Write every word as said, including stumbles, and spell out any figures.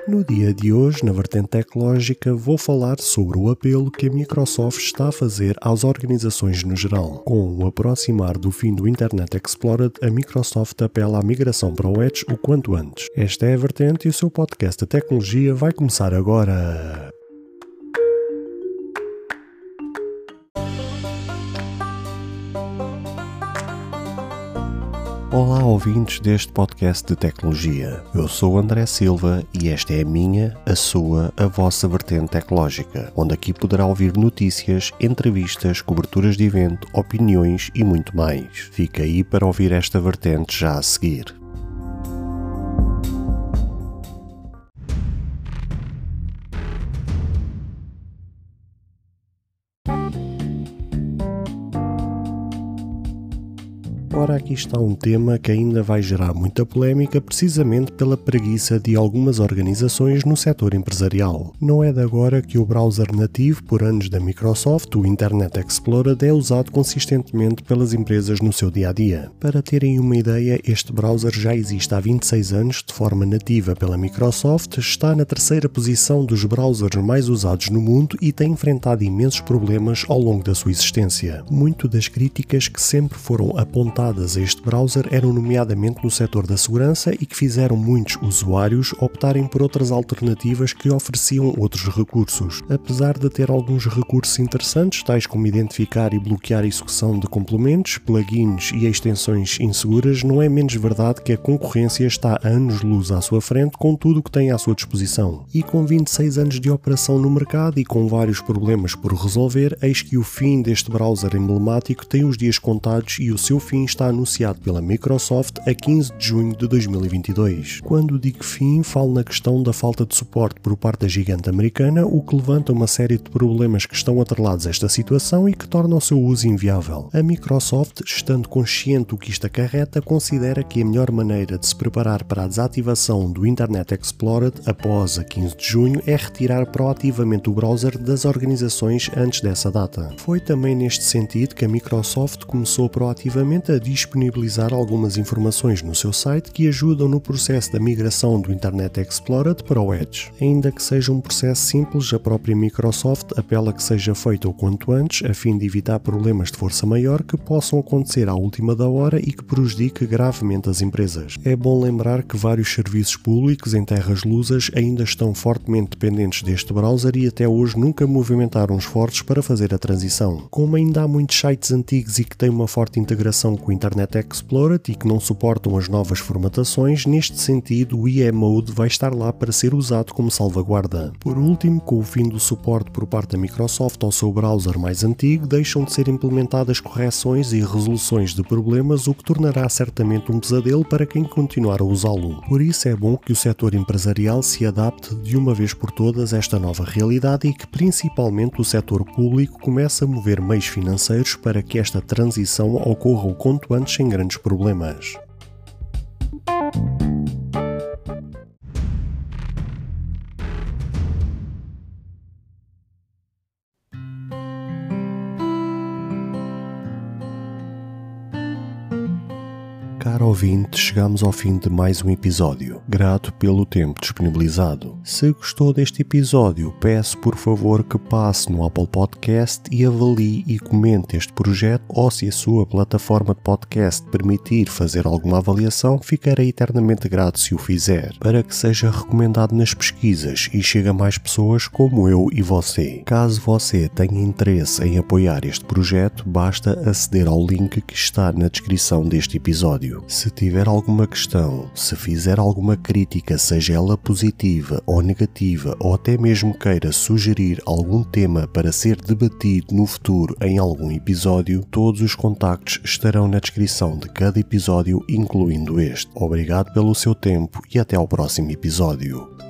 No dia de hoje, na vertente tecnológica, vou falar sobre o apelo que a Microsoft está a fazer às organizações no geral. Com o aproximar do fim do Internet Explorer, a Microsoft apela à migração para o Edge o quanto antes. Esta é a vertente e o seu podcast de tecnologia vai começar agora. Olá, ouvintes deste podcast de tecnologia. Eu sou André Silva e esta é a minha, a sua, a vossa vertente tecnológica, onde aqui poderá ouvir notícias, entrevistas, coberturas de evento, opiniões e muito mais. Fica aí para ouvir esta vertente já a seguir. Ora, aqui está um tema que ainda vai gerar muita polémica precisamente pela preguiça de algumas organizações no setor empresarial. Não é de agora que o browser nativo por anos da Microsoft, o Internet Explorer, é usado consistentemente pelas empresas no seu dia-a-dia. Para terem uma ideia, este browser já existe há vinte e seis anos de forma nativa pela Microsoft, está na terceira posição dos browsers mais usados no mundo e tem enfrentado imensos problemas ao longo da sua existência. Muito das críticas que sempre foram apontadas a este browser eram nomeadamente no setor da segurança e que fizeram muitos usuários optarem por outras alternativas que ofereciam outros recursos. Apesar de ter alguns recursos interessantes, tais como identificar e bloquear a execução de complementos, plugins e extensões inseguras, não é menos verdade que a concorrência está a anos-luz à sua frente com tudo o que tem à sua disposição. E com vinte e seis anos de operação no mercado e com vários problemas por resolver, eis que o fim deste browser emblemático tem os dias contados e o seu fim está anunciado pela Microsoft a quinze de junho de dois mil e vinte e dois. Quando digo fim, falo na questão da falta de suporte por parte da gigante americana, o que levanta uma série de problemas que estão atrelados a esta situação e que tornam o seu uso inviável. A Microsoft, estando consciente do que isto acarreta, considera que a melhor maneira de se preparar para a desativação do Internet Explorer após a quinze de junho é retirar proativamente o browser das organizações antes dessa data. Foi também neste sentido que a Microsoft começou proativamente a disponibilizar algumas informações no seu site que ajudam no processo da migração do Internet Explorer para o Edge. Ainda que seja um processo simples, a própria Microsoft apela que seja feito o quanto antes, a fim de evitar problemas de força maior que possam acontecer à última da hora e que prejudique gravemente as empresas. É bom lembrar que vários serviços públicos em terras lusas ainda estão fortemente dependentes deste browser e até hoje nunca movimentaram esforços para fazer a transição. Como ainda há muitos sites antigos e que têm uma forte integração com o Internet Explorer e que não suportam as novas formatações, neste sentido o I E Mode vai estar lá para ser usado como salvaguarda. Por último, com o fim do suporte por parte da Microsoft ao seu browser mais antigo, deixam de ser implementadas correções e resoluções de problemas, o que tornará certamente um pesadelo para quem continuar a usá-lo. Por isso é bom que o setor empresarial se adapte de uma vez por todas a esta nova realidade e que principalmente o setor público comece a mover meios financeiros para que esta transição ocorra o quanto antes sem grandes problemas. Caro ouvinte, chegamos ao fim de mais um episódio. Grato pelo tempo disponibilizado. Se gostou deste episódio, peço por favor que passe no Apple Podcast e avalie e comente este projeto, ou se a sua plataforma de podcast permitir fazer alguma avaliação, ficarei eternamente grato se o fizer, para que seja recomendado nas pesquisas e chegue a mais pessoas como eu e você. Caso você tenha interesse em apoiar este projeto, basta aceder ao link que está na descrição deste episódio. Se tiver alguma questão, se fizer alguma crítica, seja ela positiva ou negativa, ou até mesmo queira sugerir algum tema para ser debatido no futuro em algum episódio, todos os contactos estarão na descrição de cada episódio, incluindo este. Obrigado pelo seu tempo e até ao próximo episódio.